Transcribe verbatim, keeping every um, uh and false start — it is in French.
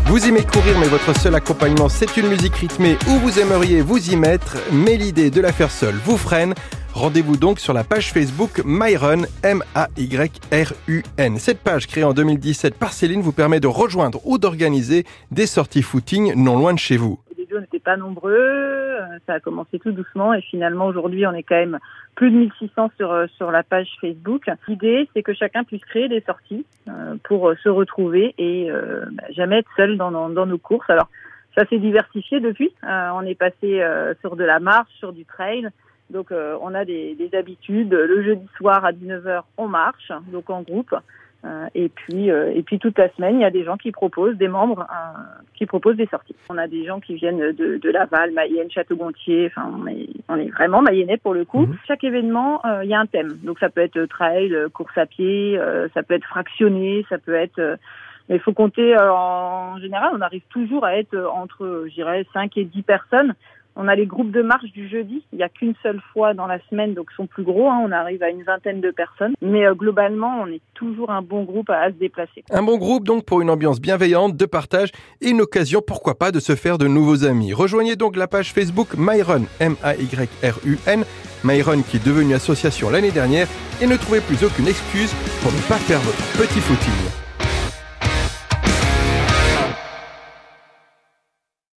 Vous aimez courir, mais votre seul accompagnement, c'est une musique rythmée où vous aimeriez vous y mettre, mais l'idée de la faire seule vous freine. Rendez-vous donc sur la page Facebook MyRun, M A Y R U N. Cette page, créée en deux mille dix-sept par Céline, vous permet de rejoindre ou d'organiser des sorties footing non loin de chez vous. Au début, on n'était pas nombreux, ça a commencé tout doucement et finalement, aujourd'hui, on est quand même plus de mille six cents sur, sur la page Facebook. L'idée, c'est que chacun puisse créer des sorties euh, pour se retrouver et euh, bah, jamais être seul dans, dans, dans nos courses. Alors, ça s'est diversifié depuis. Euh, on est passé euh, sur de la marche, sur du trail. Donc, euh, on a des, des habitudes. Le jeudi soir à dix-neuf heures, on marche, donc en groupe. Euh, et puis, euh, et puis toute la semaine, il y a des gens qui proposent, des membres euh, qui proposent des sorties. On a des gens qui viennent de, de Laval, Mayenne, Château-Gontier. Enfin, on est, on est vraiment mayennais pour le coup. Mmh. Chaque événement, euh, il y a un thème. Donc, ça peut être trail, course à pied, euh, ça peut être fractionné, ça peut être. Euh, mais il faut compter. Euh, en général, on arrive toujours à être entre, je dirais, cinq et dix personnes. On a les groupes de marche du jeudi. Il n'y a qu'une seule fois dans la semaine, donc ils sont plus gros. Hein. On arrive à une vingtaine de personnes. Mais euh, globalement, on est toujours un bon groupe à, à se déplacer. Un bon groupe donc pour une ambiance bienveillante, de partage et une occasion, pourquoi pas, de se faire de nouveaux amis. Rejoignez donc la page Facebook MyRun, M A Y R U N. MyRun qui est devenue association l'année dernière et ne trouvez plus aucune excuse pour ne pas faire votre petit footing.